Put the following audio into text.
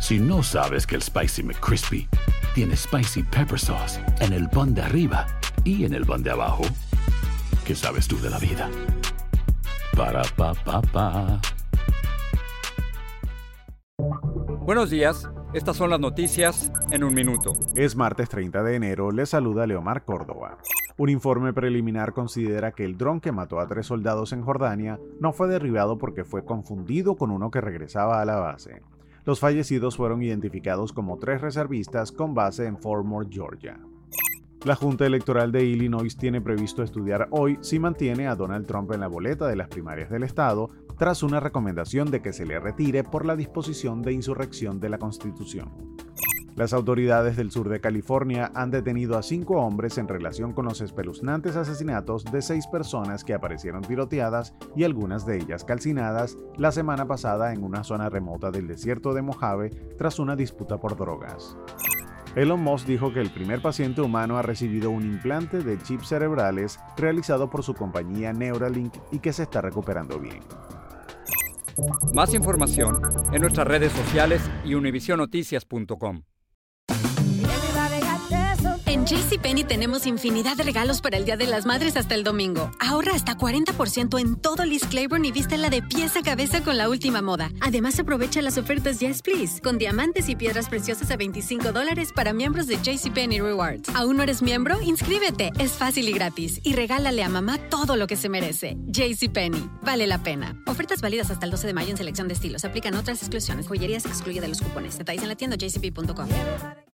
Si no sabes que el Spicy McCrispy tiene Spicy Pepper Sauce en el pan de arriba y en el pan de abajo, ¿qué sabes tú de la vida? Para, pa, pa, pa. Buenos días, estas son las noticias en un minuto. Es martes 30 de enero, les saluda Leomar Córdoba. Un informe preliminar considera que el dron que mató a 3 soldados en Jordania no fue derribado porque fue confundido con uno que regresaba a la base. Los fallecidos fueron identificados como 3 reservistas con base en Fort Worth, Georgia. La Junta Electoral de Illinois tiene previsto estudiar hoy si mantiene a Donald Trump en la boleta de las primarias del estado, tras una recomendación de que se le retire por la disposición de insurrección de la Constitución. Las autoridades del sur de California han detenido a 5 hombres en relación con los espeluznantes asesinatos de 6 personas que aparecieron tiroteadas y algunas de ellas calcinadas la semana pasada en una zona remota del desierto de Mojave tras una disputa por drogas. Elon Musk dijo que el primer paciente humano ha recibido un implante de chips cerebrales realizado por su compañía Neuralink y que se está recuperando bien. Más información en nuestras redes sociales y univisionoticias.com. En JCPenney tenemos infinidad de regalos para el Día de las Madres hasta el domingo. Ahorra hasta 40% en todo Liz Claiborne y vístela de pies a cabeza con la última moda. Además, aprovecha las ofertas Yes Please, con diamantes y piedras preciosas a $25 para miembros de JCPenney Rewards. ¿Aún no eres miembro? Inscríbete. Es fácil y gratis. Y regálale a mamá todo lo que se merece. JCPenney. Vale la pena. Ofertas válidas hasta el 12 de mayo en selección de estilos. Aplican otras exclusiones. Joyería se excluye de los cupones. Detalles en la tienda jcp.com.